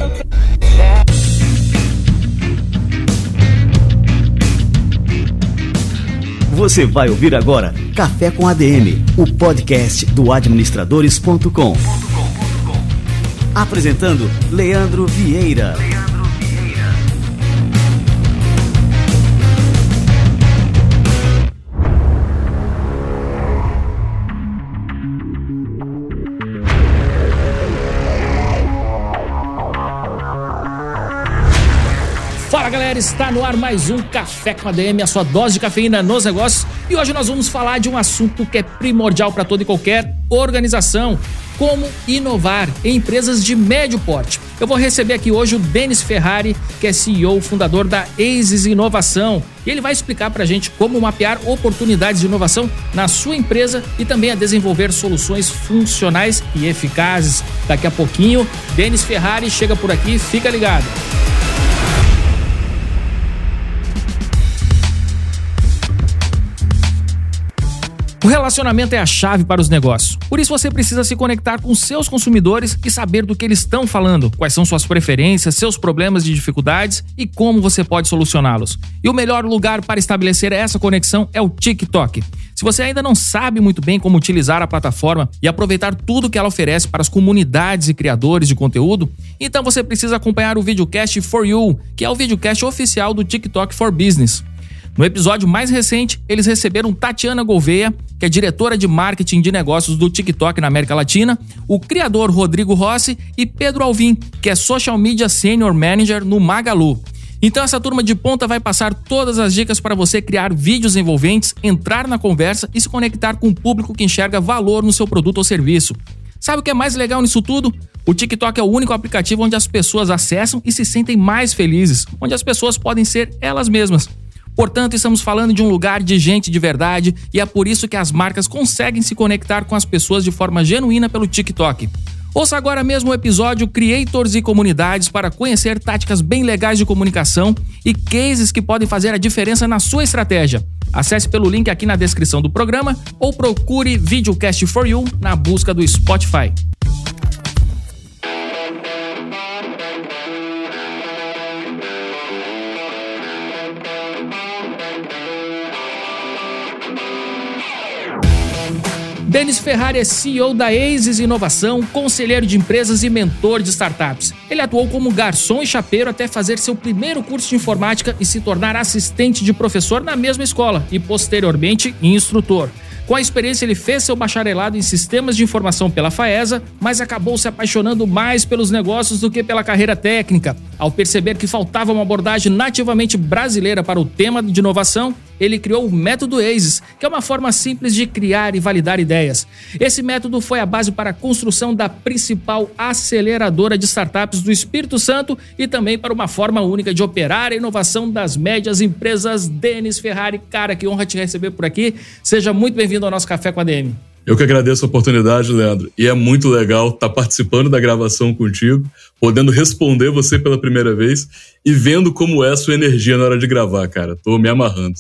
Você vai ouvir agora Café com ADM, o podcast do administradores.com. Apresentando Leandro Vieira. Fala galera, está no ar mais um Café com ADM, a sua dose de cafeína nos negócios. E hoje nós vamos falar de um assunto que é primordial para toda e qualquer organização: como inovar em empresas de médio porte. Eu vou receber aqui hoje o Denis Ferrari, que é CEO, fundador da ACES Inovação. E ele vai explicar para a gente como mapear oportunidades de inovação na sua empresa e também a desenvolver soluções funcionais e eficazes. Daqui a pouquinho, Denis Ferrari chega por aqui, fica ligado. O relacionamento é a chave para os negócios. Por isso você precisa se conectar com seus consumidores e saber do que eles estão falando, quais são suas preferências, seus problemas e dificuldades e como você pode solucioná-los. E o melhor lugar para estabelecer essa conexão é o TikTok. Se você ainda não sabe muito bem como utilizar a plataforma e aproveitar tudo que ela oferece para as comunidades e criadores de conteúdo, então você precisa acompanhar o videocast For You, que é o videocast oficial do TikTok for Business. No episódio mais recente, eles receberam Tatiana Gouveia, que é diretora de marketing de negócios do TikTok na América Latina, o criador Rodrigo Rossi e Pedro Alvim, que é Social Media Senior Manager no Magalu. Então essa turma de ponta vai passar todas as dicas para você criar vídeos envolventes, entrar na conversa e se conectar com um público que enxerga valor no seu produto ou serviço. Sabe o que é mais legal nisso tudo? O TikTok é o único aplicativo onde as pessoas acessam e se sentem mais felizes, onde as pessoas podem ser elas mesmas. Portanto, estamos falando de um lugar de gente de verdade e é por isso que as marcas conseguem se conectar com as pessoas de forma genuína pelo TikTok. Ouça agora mesmo o episódio Creators e Comunidades para conhecer táticas bem legais de comunicação e cases que podem fazer a diferença na sua estratégia. Acesse pelo link aqui na descrição do programa ou procure Videocast for You na busca do Spotify. Denis Ferrari é CEO da ACES Inovação, conselheiro de empresas e mentor de startups. Ele atuou como garçom e chapeiro até fazer seu primeiro curso de informática e se tornar assistente de professor na mesma escola e, posteriormente, instrutor. Com a experiência, ele fez seu bacharelado em Sistemas de Informação pela FAESA, mas acabou se apaixonando mais pelos negócios do que pela carreira técnica. Ao perceber que faltava uma abordagem nativamente brasileira para o tema de inovação, ele criou o método ACES, que é uma forma simples de criar e validar ideias. Esse método foi a base para a construção da principal aceleradora de startups do Espírito Santo e também para uma forma única de operar a inovação das médias empresas. Denis Ferrari, cara, que honra te receber por aqui. Seja muito bem-vindo ao nosso Café com a ADM. Eu que agradeço a oportunidade, Leandro. E é muito legal estar participando da gravação contigo, podendo responder você pela primeira vez e vendo como é a sua energia na hora de gravar, cara. Tô me amarrando.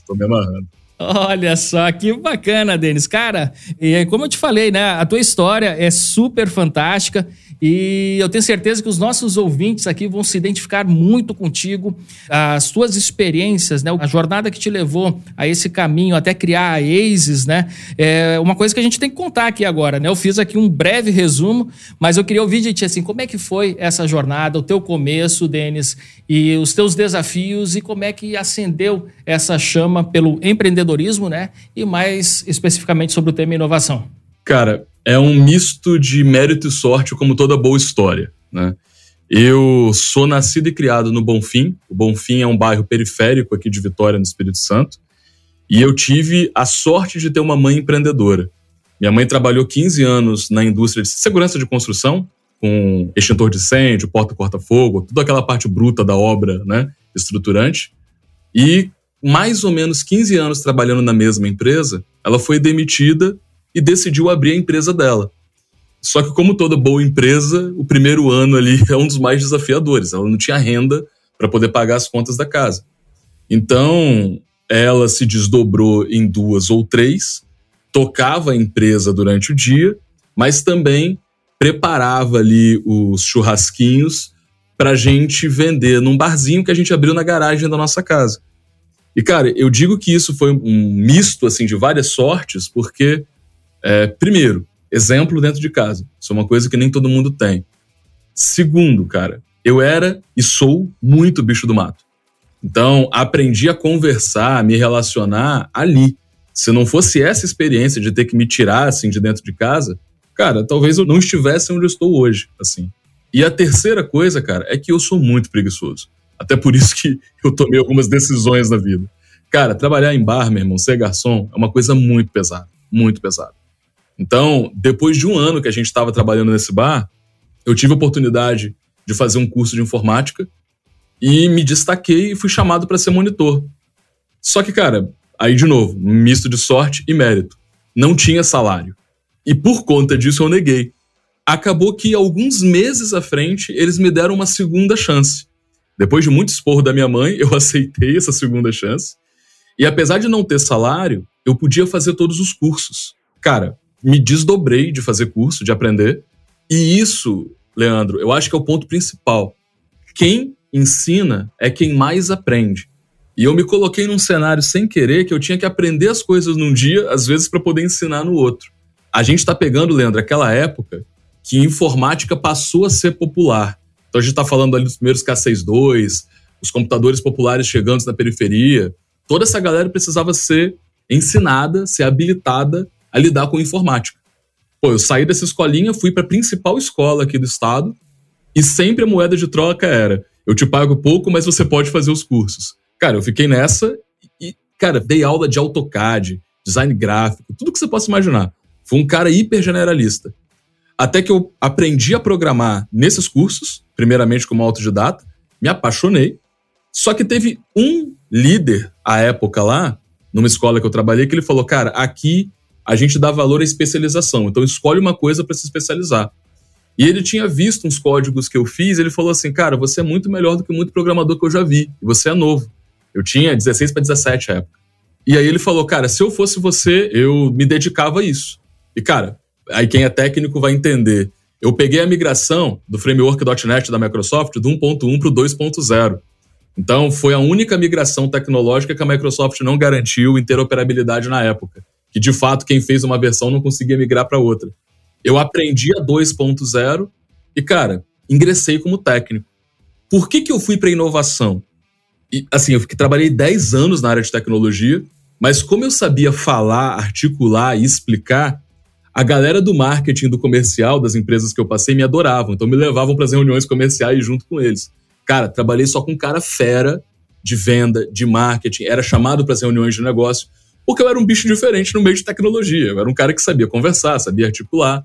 Olha só, que bacana, Denis. Cara, e como eu te falei, né, a tua história é super fantástica e eu tenho certeza que os nossos ouvintes aqui vão se identificar muito contigo, as tuas experiências, né, a jornada que te levou a esse caminho até criar a ACES, né, é uma coisa que a gente tem que contar aqui agora, né? Eu fiz aqui um breve resumo, mas eu queria ouvir de ti, assim, como é que foi essa jornada, o teu começo, Denis, e os teus desafios e como é que acendeu essa chama pelo empreendedorismo, né? E mais especificamente sobre o tema inovação. Cara, é um misto de mérito e sorte, como toda boa história, né? Eu sou nascido e criado no Bonfim. O Bonfim é um bairro periférico aqui de Vitória, no Espírito Santo. E eu tive a sorte de ter uma mãe empreendedora. Minha mãe trabalhou 15 anos na indústria de segurança de construção, com extintor de incêndio, porta corta-fogo, toda aquela parte bruta da obra, né, estruturante. E mais ou menos 15 anos trabalhando na mesma empresa, ela foi demitida e decidiu abrir a empresa dela. Só que, como toda boa empresa, o primeiro ano ali é um dos mais desafiadores. Ela não tinha renda para poder pagar as contas da casa. Então, ela se desdobrou em 2 ou 3, tocava a empresa durante o dia, mas também preparava ali os churrasquinhos pra gente vender num barzinho que a gente abriu na garagem da nossa casa. E, cara, eu digo que isso foi um misto, assim, de várias sortes, porque, primeiro, exemplo dentro de casa. Isso é uma coisa que nem todo mundo tem. Segundo, cara, eu era e sou muito bicho do mato. Então, aprendi a conversar, a me relacionar ali. Se não fosse essa experiência de ter que me tirar, assim, de dentro de casa, cara, talvez eu não estivesse onde eu estou hoje, assim. E a terceira coisa, cara, é que eu sou muito preguiçoso. Até por isso que eu tomei algumas decisões na vida. Cara, trabalhar em bar, meu irmão, ser garçom, é uma coisa muito pesada. Muito pesada. Então, depois de um ano que a gente estava trabalhando nesse bar, eu tive a oportunidade de fazer um curso de informática e me destaquei e fui chamado para ser monitor. Só que, cara, aí de novo, um misto de sorte e mérito. Não tinha salário. E por conta disso eu neguei. Acabou que alguns meses à frente eles me deram uma segunda chance. Depois de muito esporro da minha mãe, eu aceitei essa segunda chance. E apesar de não ter salário, eu podia fazer todos os cursos. Cara, me desdobrei de fazer curso, de aprender. E isso, Leandro, eu acho que é o ponto principal. Quem ensina é quem mais aprende. E eu me coloquei num cenário sem querer que eu tinha que aprender as coisas num dia, às vezes para poder ensinar no outro. A gente tá pegando, Leandro, aquela época que informática passou a ser popular. Então a gente tá falando ali dos primeiros K62, os computadores populares chegando na periferia. Toda essa galera precisava ser ensinada, ser habilitada a lidar com informática. Pô, eu saí dessa escolinha, fui para a principal escola aqui do estado e sempre a moeda de troca era: eu te pago pouco, mas você pode fazer os cursos. Cara, eu fiquei nessa e, cara, dei aula de AutoCAD, design gráfico, tudo que você possa imaginar. Fui um cara hiper generalista. Até que eu aprendi a programar nesses cursos, primeiramente como autodidata, me apaixonei. Só que teve um líder à época lá, numa escola que eu trabalhei, que ele falou: cara, aqui a gente dá valor à especialização, então escolhe uma coisa para se especializar. E ele tinha visto uns códigos que eu fiz, ele falou assim: cara, você é muito melhor do que muito programador que eu já vi, e você é novo. Eu tinha 16 para 17 à época. E aí ele falou: cara, se eu fosse você, eu me dedicava a isso. E cara, aí quem é técnico vai entender. Eu peguei a migração do framework .NET da Microsoft do 1.1 para o 2.0. Então foi a única migração tecnológica que a Microsoft não garantiu interoperabilidade na época. Que de fato quem fez uma versão não conseguia migrar para outra. Eu aprendi a 2.0 e, cara, ingressei como técnico. Por que eu fui para inovação? E, assim, eu trabalhei 10 anos na área de tecnologia, mas como eu sabia falar, articular e explicar, a galera do marketing, do comercial, das empresas que eu passei, me adoravam. Então me levavam para as reuniões comerciais junto com eles. Cara, trabalhei só com cara fera de venda, de marketing, era chamado para as reuniões de negócio, porque eu era um bicho diferente no meio de tecnologia. Eu era um cara que sabia conversar, sabia articular.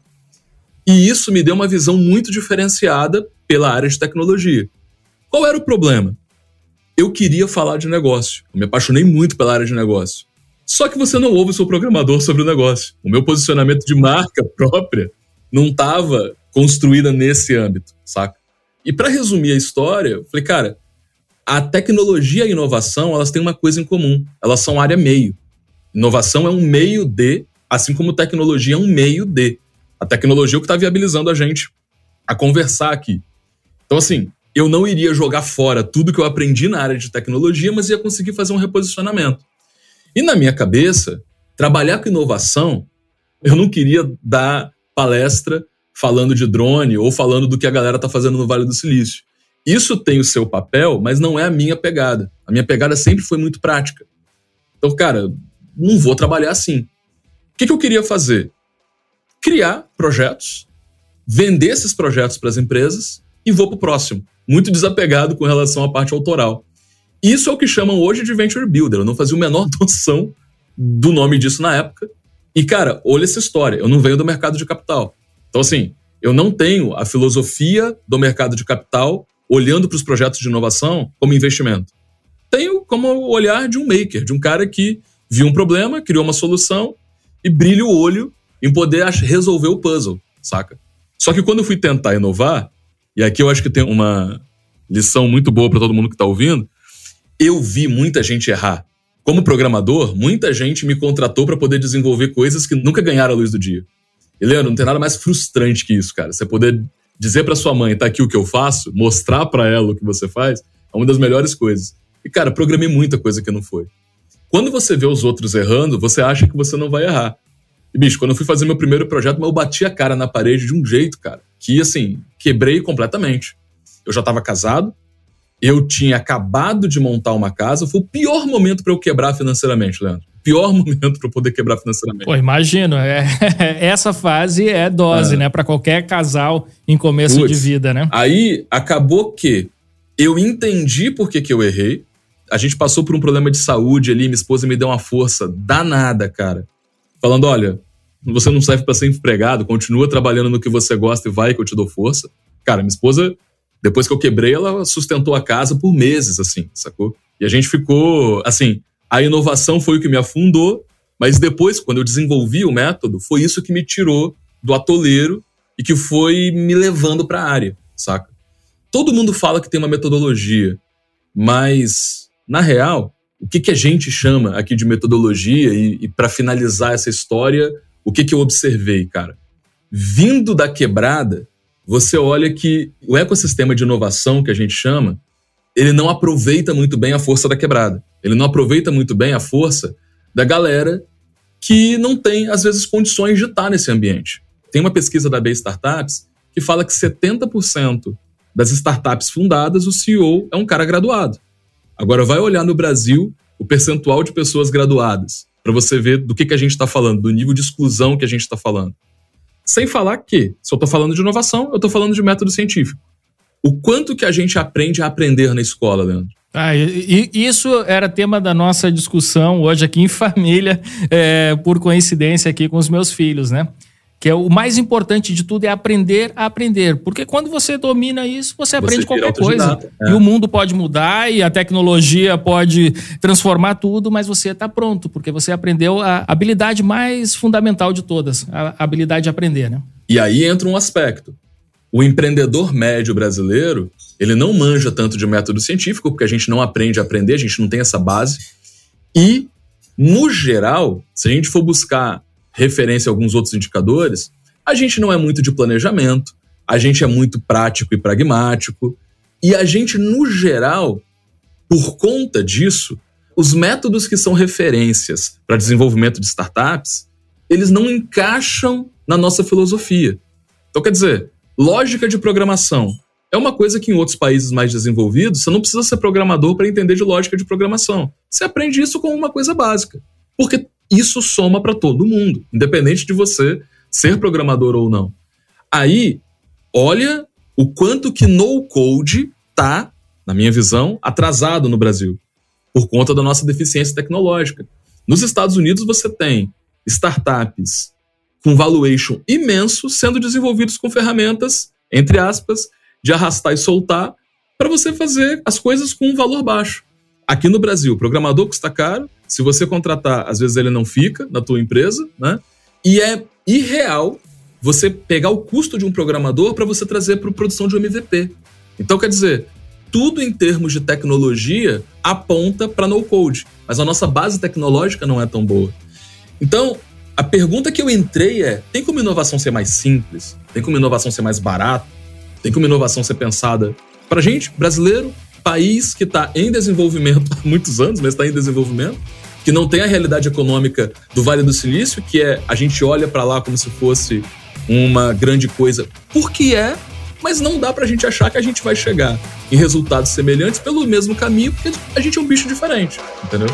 E isso me deu uma visão muito diferenciada pela área de tecnologia. Qual era o problema? Eu queria falar de negócio. Eu me apaixonei muito pela área de negócio. Só que você não ouve o seu programador sobre o negócio. O meu posicionamento de marca própria não estava construída nesse âmbito, saca? E para resumir a história, eu falei, cara, a tecnologia e a inovação, elas têm uma coisa em comum. Elas são área meio. Inovação é um meio de, assim como tecnologia é um meio de. A tecnologia é o que está viabilizando a gente a conversar aqui. Então, assim, eu não iria jogar fora tudo que eu aprendi na área de tecnologia, mas ia conseguir fazer um reposicionamento. E na minha cabeça, trabalhar com inovação, eu não queria dar palestra falando de drone ou falando do que a galera está fazendo no Vale do Silício. Isso tem o seu papel, mas não é a minha pegada. A minha pegada sempre foi muito prática. Então, cara, não vou trabalhar assim. O que eu queria fazer? Criar projetos, vender esses projetos para as empresas e vou para o próximo. Muito desapegado com relação à parte autoral. Isso é o que chamam hoje de Venture Builder. Eu não fazia a menor noção do nome disso na época. E, cara, olha essa história. Eu não venho do mercado de capital. Então, assim, eu não tenho a filosofia do mercado de capital olhando para os projetos de inovação como investimento. Tenho como o olhar de um maker, de um cara que viu um problema, criou uma solução e brilha o olho em poder resolver o puzzle, saca? Só que quando eu fui tentar inovar, e aqui eu acho que tem uma lição muito boa para todo mundo que está ouvindo, eu vi muita gente errar. Como programador, muita gente me contratou para poder desenvolver coisas que nunca ganharam a luz do dia. E, Leandro, não tem nada mais frustrante que isso, cara. Você poder dizer pra sua mãe, tá aqui o que eu faço, mostrar pra ela o que você faz, é uma das melhores coisas. E, cara, programei muita coisa que não foi. Quando você vê os outros errando, você acha que você não vai errar. E, bicho, quando eu fui fazer meu primeiro projeto, eu bati a cara na parede de um jeito, cara, que, assim, quebrei completamente. Eu já tava casado, eu tinha acabado de montar uma casa, foi o pior momento pra eu quebrar financeiramente, Leandro. Pior momento pra eu poder quebrar financeiramente. Pô, imagino. Essa fase é dose, né? Pra qualquer casal em começo de vida, né? Aí, acabou que eu entendi por que eu errei. A gente passou por um problema de saúde ali, minha esposa me deu uma força danada, cara. Falando, olha, você não serve pra ser empregado, continua trabalhando no que você gosta e vai que eu te dou força. Cara, minha esposa, depois que eu quebrei, ela sustentou a casa por meses, assim, sacou? E a gente ficou, assim, a inovação foi o que me afundou, mas depois, quando eu desenvolvi o método, foi isso que me tirou do atoleiro e que foi me levando pra área, saca? Todo mundo fala que tem uma metodologia, mas, na real, o que a gente chama aqui de metodologia e para finalizar essa história, o que eu observei, cara? Vindo da quebrada, você olha que o ecossistema de inovação que a gente chama, ele não aproveita muito bem a força da quebrada. Ele não aproveita muito bem a força da galera que não tem, às vezes, condições de estar nesse ambiente. Tem uma pesquisa da B Startups que fala que 70% das startups fundadas, o CEO é um cara graduado. Agora vai olhar no Brasil o percentual de pessoas graduadas, para você ver do que a gente está falando, do nível de exclusão que a gente está falando. Sem falar que, se eu estou falando de inovação, eu estou falando de método científico. O quanto que a gente aprende a aprender na escola, Leandro? Isso era tema da nossa discussão hoje aqui em família, por coincidência aqui com os meus filhos, né? Que é o mais importante de tudo é aprender a aprender. Porque quando você domina isso, você aprende qualquer coisa. E o mundo pode mudar e a tecnologia pode transformar tudo, mas você está pronto, porque você aprendeu a habilidade mais fundamental de todas, a habilidade de aprender, né? E aí entra um aspecto. O empreendedor médio brasileiro, ele não manja tanto de método científico, porque a gente não aprende a aprender, a gente não tem essa base. E, no geral, se a gente for buscar referência a alguns outros indicadores, a gente não é muito de planejamento, a gente é muito prático e pragmático, e a gente, no geral, por conta disso, os métodos que são referências para desenvolvimento de startups, eles não encaixam na nossa filosofia. Então, quer dizer, lógica de programação é uma coisa que em outros países mais desenvolvidos, você não precisa ser programador para entender de lógica de programação. Você aprende isso como uma coisa básica, porque isso soma para todo mundo, independente de você ser programador ou não. Aí, olha o quanto que no-code tá, na minha visão, atrasado no Brasil, por conta da nossa deficiência tecnológica. Nos Estados Unidos você tem startups com valuation imenso sendo desenvolvidos com ferramentas, entre aspas, de arrastar e soltar para você fazer as coisas com um valor baixo. Aqui no Brasil, o programador custa caro, se você contratar, às vezes ele não fica na tua empresa, né? E é irreal você pegar o custo de um programador para você trazer para a produção de um MVP. Então, quer dizer, tudo em termos de tecnologia aponta para no-code, mas a nossa base tecnológica não é tão boa. Então, a pergunta que eu entrei é, tem como inovação ser mais simples? Tem como inovação ser mais barata? Tem como inovação ser pensada para gente, brasileiro, país que está em desenvolvimento há muitos anos, mas está em desenvolvimento, que não tem a realidade econômica do Vale do Silício, que é a gente olha para lá como se fosse uma grande coisa, porque mas não dá para a gente achar que a gente vai chegar em resultados semelhantes pelo mesmo caminho, porque a gente é um bicho diferente, entendeu?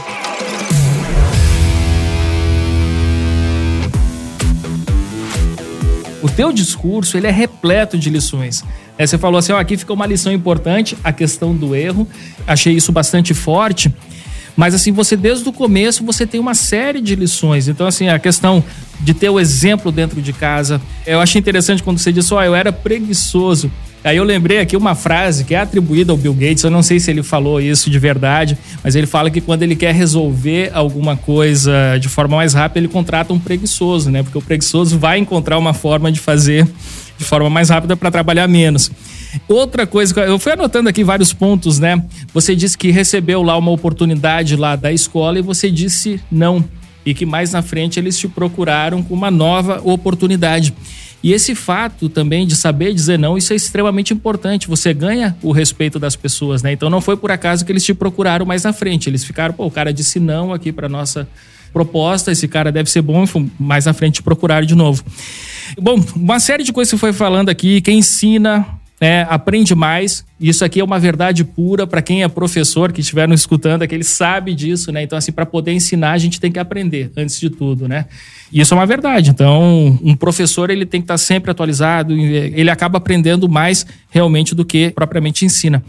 O teu discurso, ele é repleto de lições. Você falou assim, aqui fica uma lição importante, a questão do erro. Achei isso bastante forte. Mas assim, você desde o começo, você tem uma série de lições. Então assim, a questão de ter o exemplo dentro de casa. Eu achei interessante quando você disse, eu era preguiçoso. Aí eu lembrei aqui uma frase que é atribuída ao Bill Gates, eu não sei se ele falou isso de verdade, mas ele fala que quando ele quer resolver alguma coisa de forma mais rápida, ele contrata um preguiçoso, né? Porque o preguiçoso vai encontrar uma forma de fazer de forma mais rápida para trabalhar menos. Outra coisa, eu fui anotando aqui vários pontos, né? Você disse que recebeu lá uma oportunidade lá da escola e você disse não. E que mais na frente eles te procuraram com uma nova oportunidade. E esse fato também de saber dizer não, isso é extremamente importante. Você ganha o respeito das pessoas, né? Então não foi por acaso que eles te procuraram mais na frente. Eles ficaram, o cara disse não aqui para nossa proposta, esse cara deve ser bom, mais na frente te procuraram de novo. Bom, uma série de coisas que você foi falando aqui, quem ensina, aprende mais. Isso aqui é uma verdade pura para quem é professor, que estiver nos escutando, é que ele sabe disso, né? Então, assim, para poder ensinar, a gente tem que aprender, antes de tudo, né? E isso é uma verdade. Então, um professor, ele tem que estar sempre atualizado, ele acaba aprendendo mais realmente do que propriamente ensina.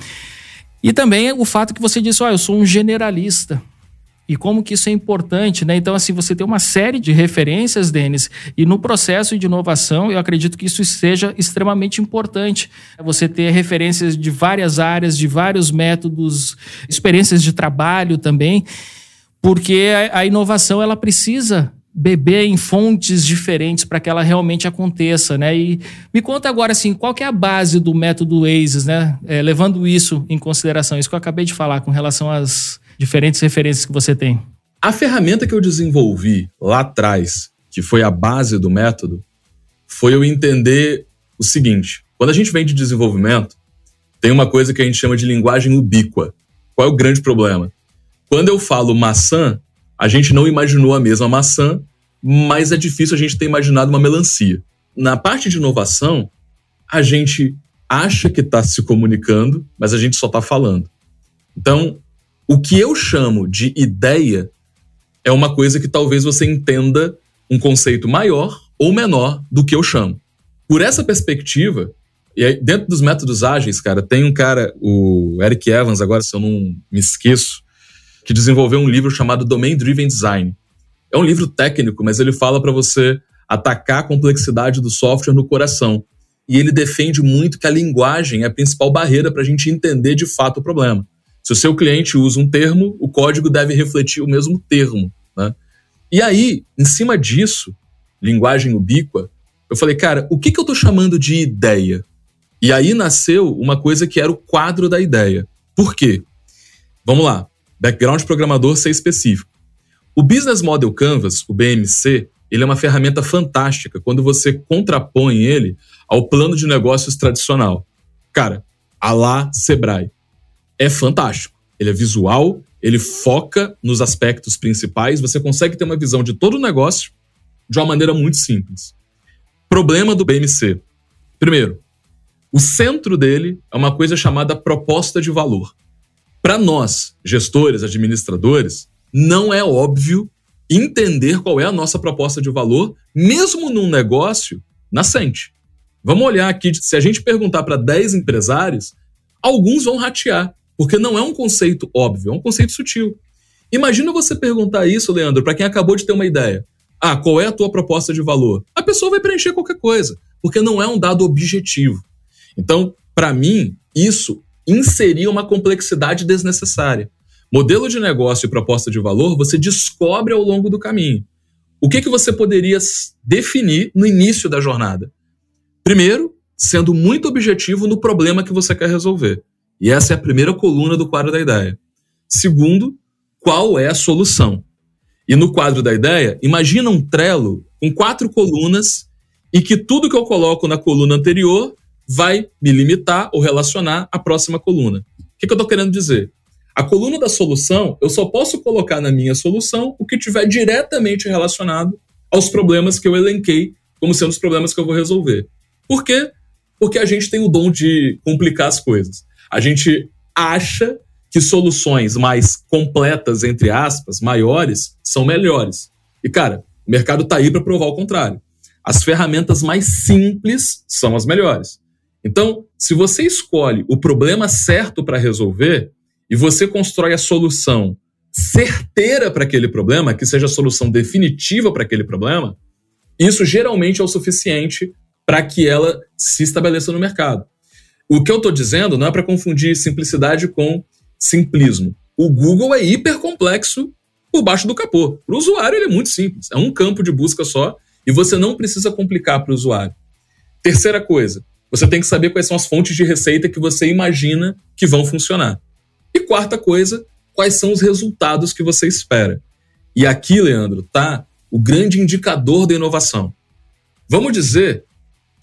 E também o fato que você disse, eu sou um generalista. E como que isso é importante, né? Então, assim, você tem uma série de referências, Denis, e no processo de inovação, eu acredito que isso seja extremamente importante. Você ter referências de várias áreas, de vários métodos, experiências de trabalho também, porque a inovação, ela precisa beber em fontes diferentes para que ela realmente aconteça, né? E me conta agora, assim, qual que é a base do método OASIS, né? Levando isso em consideração, isso que eu acabei de falar com relação às diferentes referências que você tem. A ferramenta que eu desenvolvi lá atrás, que foi a base do método, foi eu entender o seguinte: quando a gente vem de desenvolvimento, tem uma coisa que a gente chama de linguagem ubíqua. Qual é o grande problema? Quando eu falo maçã, a gente não imaginou a mesma maçã, mas é difícil a gente ter imaginado uma melancia. Na parte de inovação, a gente acha que está se comunicando, mas a gente só está falando. Então, o que eu chamo de ideia é uma coisa que talvez você entenda um conceito maior ou menor do que eu chamo. Por essa perspectiva, e aí, dentro dos métodos ágeis, cara, tem um cara, o Eric Evans, agora se eu não me esqueço, que desenvolveu um livro chamado Domain Driven Design. É um livro técnico, mas ele fala para você atacar a complexidade do software no coração. E ele defende muito que a linguagem é a principal barreira para a gente entender de fato o problema. Se o seu cliente usa um termo, o código deve refletir o mesmo termo, né? E aí, em cima disso, linguagem ubíqua, eu falei, cara, o que eu estou chamando de ideia? E aí nasceu uma coisa que era o quadro da ideia. Por quê? Vamos lá. Background programador, ser específico. O Business Model Canvas, o BMC, ele é uma ferramenta fantástica quando você contrapõe ele ao plano de negócios tradicional. Cara, à la Sebrae. É fantástico. Ele é visual, ele foca nos aspectos principais, você consegue ter uma visão de todo o negócio de uma maneira muito simples. Problema do BMC. Primeiro, o centro dele é uma coisa chamada proposta de valor. Para nós, gestores, administradores, não é óbvio entender qual é a nossa proposta de valor, mesmo num negócio nascente. Vamos olhar aqui, se a gente perguntar para 10 empresários, alguns vão ratear. Porque não é um conceito óbvio, é um conceito sutil. Imagina você perguntar isso, Leandro, para quem acabou de ter uma ideia. Qual é a tua proposta de valor? A pessoa vai preencher qualquer coisa, porque não é um dado objetivo. Então, para mim, isso inseria uma complexidade desnecessária. Modelo de negócio e proposta de valor, você descobre ao longo do caminho. O que você poderia definir no início da jornada? Primeiro, sendo muito objetivo no problema que você quer resolver. E essa é a primeira coluna do quadro da ideia. Segundo, qual é a solução? E no quadro da ideia, imagina um Trello com 4 colunas e que tudo que eu coloco na coluna anterior vai me limitar ou relacionar à próxima coluna. O que eu estou querendo dizer? A coluna da solução, eu só posso colocar na minha solução o que estiver diretamente relacionado aos problemas que eu elenquei como sendo os problemas que eu vou resolver. Por quê? Porque a gente tem o dom de complicar as coisas. A gente acha que soluções mais completas, entre aspas, maiores, são melhores. E, cara, o mercado está aí para provar o contrário. As ferramentas mais simples são as melhores. Então, se você escolhe o problema certo para resolver e você constrói a solução certeira para aquele problema, que seja a solução definitiva para aquele problema, isso geralmente é o suficiente para que ela se estabeleça no mercado. O que eu estou dizendo não é para confundir simplicidade com simplismo. O Google é hiper complexo por baixo do capô. Para o usuário ele é muito simples. É um campo de busca só e você não precisa complicar para o usuário. Terceira coisa, você tem que saber quais são as fontes de receita que você imagina que vão funcionar. E quarta coisa, quais são os resultados que você espera. E aqui, Leandro, tá o grande indicador da inovação. Vamos dizer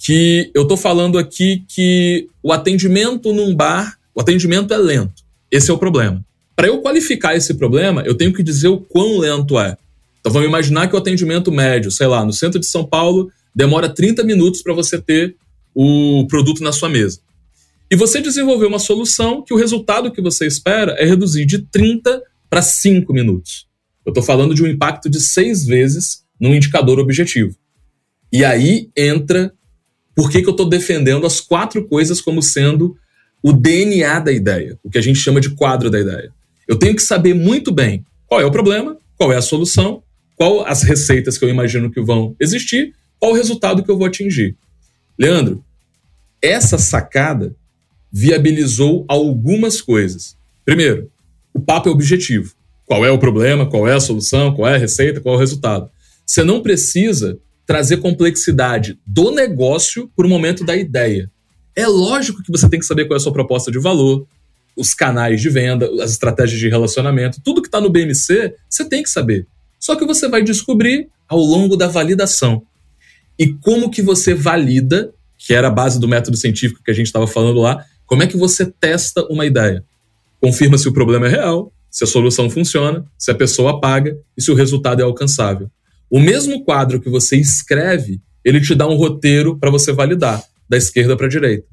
que eu estou falando aqui que o atendimento num bar, o atendimento é lento. Esse é o problema. Para eu qualificar esse problema, eu tenho que dizer o quão lento é. Então vamos imaginar que o atendimento médio, sei lá, no centro de São Paulo, demora 30 minutos para você ter o produto na sua mesa. E você desenvolveu uma solução que o resultado que você espera é reduzir de 30 para 5 minutos. Eu estou falando de um impacto de 6 vezes num indicador objetivo. E aí entra por que eu estou defendendo as 4 coisas como sendo o DNA da ideia, o que a gente chama de quadro da ideia. Eu tenho que saber muito bem qual é o problema, qual é a solução, qual as receitas que eu imagino que vão existir, qual o resultado que eu vou atingir. Leandro, essa sacada viabilizou algumas coisas. Primeiro, o papo é objetivo. Qual é o problema, qual é a solução, qual é a receita, qual é o resultado. Você não precisa trazer complexidade do negócio para o momento da ideia. É lógico que você tem que saber qual é a sua proposta de valor, os canais de venda, as estratégias de relacionamento, tudo que está no BMC, você tem que saber. Só que você vai descobrir ao longo da validação. E como que você valida, que era a base do método científico que a gente estava falando lá, como é que você testa uma ideia? Confirma se o problema é real, se a solução funciona, se a pessoa paga e se o resultado é alcançável. O mesmo quadro que você escreve, ele te dá um roteiro para você validar, da esquerda para a direita.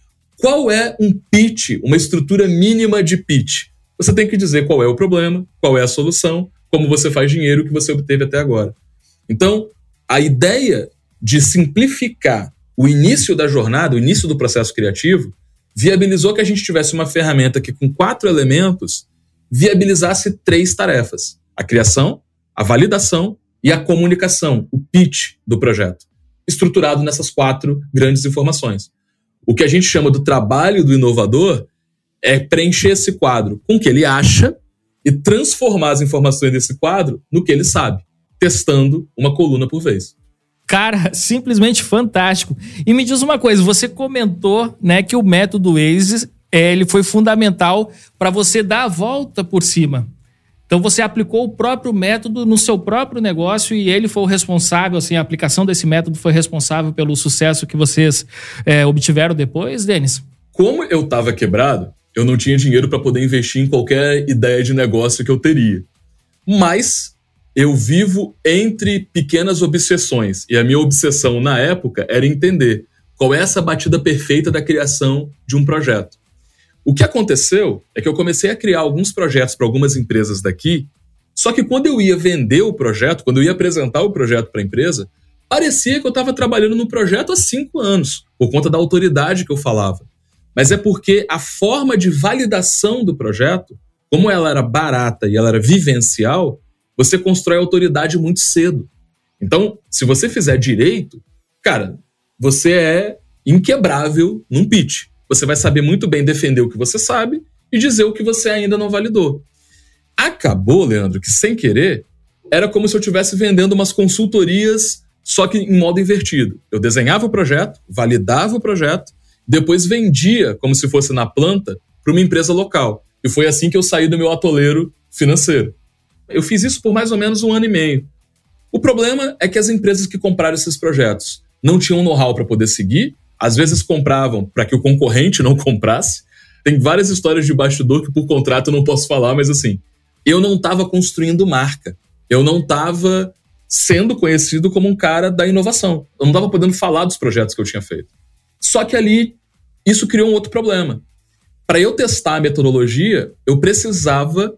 Qual é um pitch, uma estrutura mínima de pitch? Você tem que dizer qual é o problema, qual é a solução, como você faz dinheiro que você obteve até agora. Então, a ideia de simplificar o início da jornada, o início do processo criativo, viabilizou que a gente tivesse uma ferramenta que, com 4 elementos, viabilizasse 3 tarefas: a criação, a validação e a comunicação, o pitch do projeto, estruturado nessas 4 grandes informações. O que a gente chama do trabalho do inovador é preencher esse quadro com o que ele acha e transformar as informações desse quadro no que ele sabe, testando uma coluna por vez. Cara, simplesmente fantástico. E me diz uma coisa, você comentou, né, que o método Waze, ele foi fundamental para você dar a volta por cima. Então você aplicou o próprio método no seu próprio negócio e ele foi o responsável, assim, a aplicação desse método foi responsável pelo sucesso que vocês obtiveram depois, Denis? Como eu estava quebrado, eu não tinha dinheiro para poder investir em qualquer ideia de negócio que eu teria. Mas eu vivo entre pequenas obsessões. E a minha obsessão na época era entender qual é essa batida perfeita da criação de um projeto. O que aconteceu é que eu comecei a criar alguns projetos para algumas empresas daqui, só que quando eu ia vender o projeto, quando eu ia apresentar o projeto para a empresa, parecia que eu estava trabalhando no projeto há 5 anos, por conta da autoridade que eu falava. Mas é porque a forma de validação do projeto, como ela era barata e ela era vivencial, você constrói autoridade muito cedo. Então, se você fizer direito, cara, você é inquebrável num pitch. Você vai saber muito bem defender o que você sabe e dizer o que você ainda não validou. Acabou, Leandro, que sem querer, era como se eu estivesse vendendo umas consultorias, só que em modo invertido. Eu desenhava o projeto, validava o projeto, depois vendia, como se fosse na planta, para uma empresa local. E foi assim que eu saí do meu atoleiro financeiro. Eu fiz isso por mais ou menos 1 ano e meio. O problema é que as empresas que compraram esses projetos não tinham know-how para poder seguir, às vezes compravam para que o concorrente não comprasse. Tem várias histórias de bastidor que por contrato eu não posso falar, mas assim, eu não estava construindo marca. Eu não estava sendo conhecido como um cara da inovação. Eu não estava podendo falar dos projetos que eu tinha feito. Só que ali, isso criou um outro problema. Para eu testar a metodologia, eu precisava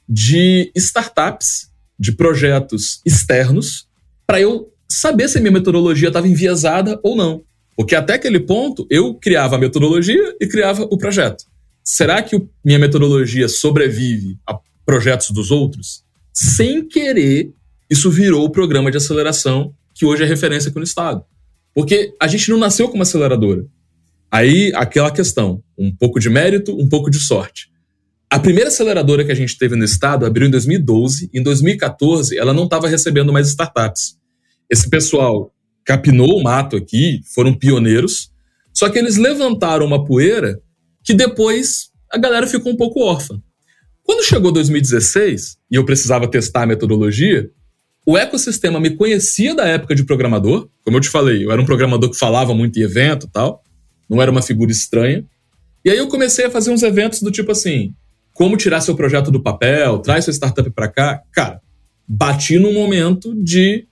de startups, de projetos externos, para eu saber se a minha metodologia estava enviesada ou não. Porque até aquele ponto, eu criava a metodologia e criava o projeto. Será que minha metodologia sobrevive a projetos dos outros? Sem querer, isso virou o programa de aceleração que hoje é referência aqui no estado. Porque a gente não nasceu como aceleradora. Aí, aquela questão, um pouco de mérito, um pouco de sorte. A primeira aceleradora que a gente teve no estado abriu em 2012. Em 2014, ela não estava recebendo mais startups. Esse pessoal capinou o mato aqui, foram pioneiros, só que eles levantaram uma poeira que depois a galera ficou um pouco órfã. Quando chegou 2016, e eu precisava testar a metodologia, O ecossistema me conhecia da época de programador. Como eu te falei, eu era um programador que falava muito em evento e tal. Não era uma figura estranha. E aí eu comecei a fazer uns eventos do tipo assim, como tirar seu projeto do papel, traz sua startup pra cá. Cara, bati num momento de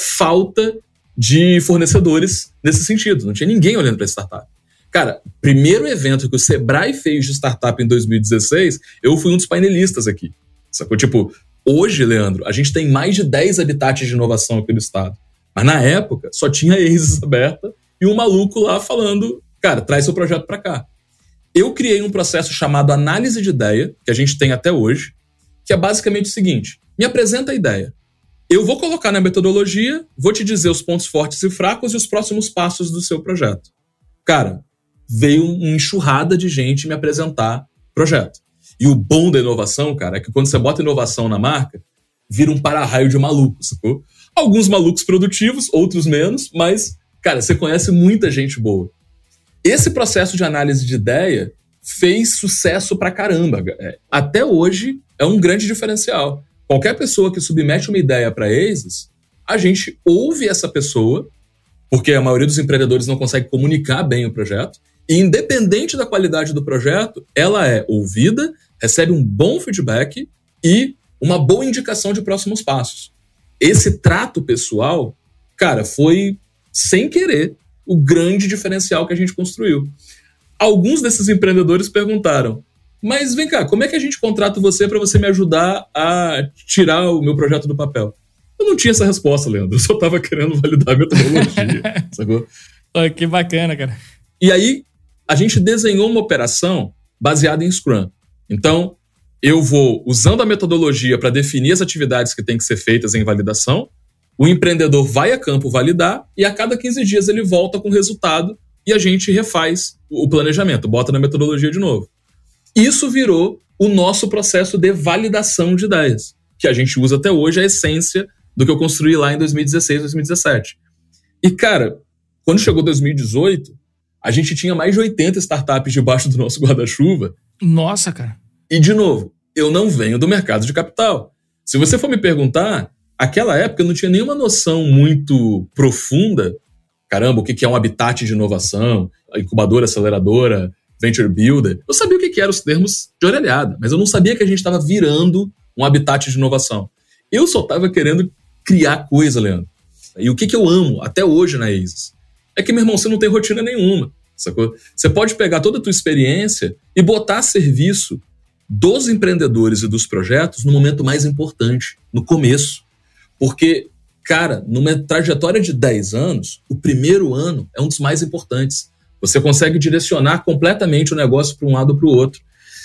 falta de fornecedores nesse sentido. Não tinha ninguém olhando pra startup. Cara, primeiro evento que o Sebrae fez de startup em 2016, eu fui um dos painelistas aqui. Sacou? Tipo, hoje, Leandro, a gente tem mais de 10 habitats de inovação aqui no estado. Mas na época, só tinha a Aces aberta e um maluco lá falando, cara, traz seu projeto pra cá. Eu criei um processo chamado análise de ideia, que a gente tem até hoje, que é basicamente o seguinte, me apresenta a ideia. Eu vou colocar na metodologia, vou te dizer os pontos fortes e fracos e os próximos passos do seu projeto. Cara, veio uma enxurrada de gente me apresentar projeto. E o bom da inovação, cara, é que quando você bota inovação na marca, vira um para-raio de malucos, sacou? Alguns malucos produtivos, outros menos, mas, cara, você conhece muita gente boa. Esse processo de análise de ideia fez sucesso pra caramba. Até hoje é um grande diferencial. Qualquer pessoa que submete uma ideia pra Aces, a gente ouve essa pessoa, porque a maioria dos empreendedores não consegue comunicar bem o projeto, e independente da qualidade do projeto, ela é ouvida, recebe um bom feedback e uma boa indicação de próximos passos. Esse trato pessoal, cara, foi, sem querer, o grande diferencial que a gente construiu. Alguns desses empreendedores perguntaram, mas vem cá, como é que a gente contrata você para você me ajudar a tirar o meu projeto do papel? Eu não tinha essa resposta, Leandro. Eu só estava querendo validar a metodologia. Sacou? Que bacana, cara. E aí, a gente desenhou uma operação baseada em Scrum. Então, eu vou usando a metodologia para definir as atividades que têm que ser feitas em validação, o empreendedor vai a campo validar e a cada 15 dias ele volta com o resultado e a gente refaz o planejamento, bota na metodologia de novo. Isso virou o nosso processo de validação de ideias, que a gente usa até hoje, a essência do que eu construí lá em 2016, 2017. E, cara, quando chegou 2018, a gente tinha mais de 80 startups debaixo do nosso guarda-chuva. Nossa, cara. E, de novo, eu não venho do mercado de capital. Se você for me perguntar, aquela época eu não tinha nenhuma noção muito profunda, caramba, o que é um habitat de inovação, incubadora, aceleradora, venture builder. Eu sabia o que eram os termos de orelhada, mas eu não sabia que a gente estava virando um habitat de inovação. Eu só estava querendo criar coisa, Leandro. E o que eu amo até hoje na Aces é que, meu irmão, você não tem rotina nenhuma, sacou? Você pode pegar toda a tua experiência e botar a serviço dos empreendedores e dos projetos no momento mais importante, no começo. Porque, cara, numa trajetória de 10 anos, o primeiro ano é um dos mais importantes. Você consegue direcionar completamente o negócio para um lado ou para o outro.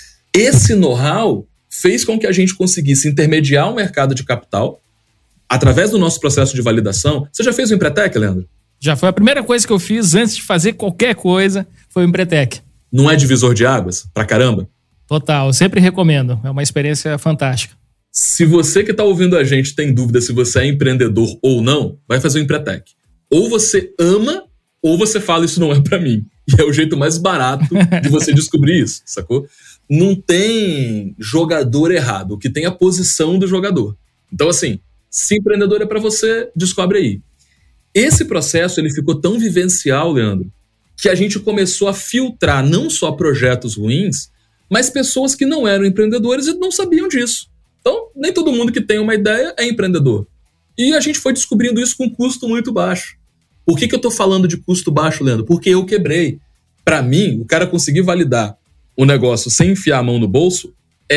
Esse know-how fez com que a gente conseguisse intermediar o mercado de capital através do nosso processo de validação. Você já fez o Empretec, Leandro? Já foi a primeira coisa que eu fiz antes de fazer qualquer coisa, foi o Empretec. Não é divisor de águas? Pra caramba? Total, eu sempre recomendo. É uma experiência fantástica. Se você que está ouvindo a gente tem dúvida se você é empreendedor ou não, vai fazer o Empretec. Ou você ama, ou você fala, isso não é pra mim. E é o jeito mais barato de você descobrir isso, sacou? Não tem jogador errado, o que tem é a posição do jogador. Então, assim, se empreendedor é pra você, descobre aí. Esse processo ele ficou tão vivencial, Leandro, que a gente começou a filtrar não só projetos ruins, mas pessoas que não eram empreendedores e não sabiam disso. Então, nem todo mundo que tem uma ideia é empreendedor. E a gente foi descobrindo isso com custo muito baixo. Por que eu estou falando de custo baixo, Leandro? Porque eu quebrei. Para mim, o cara conseguir validar o negócio sem enfiar a mão no bolso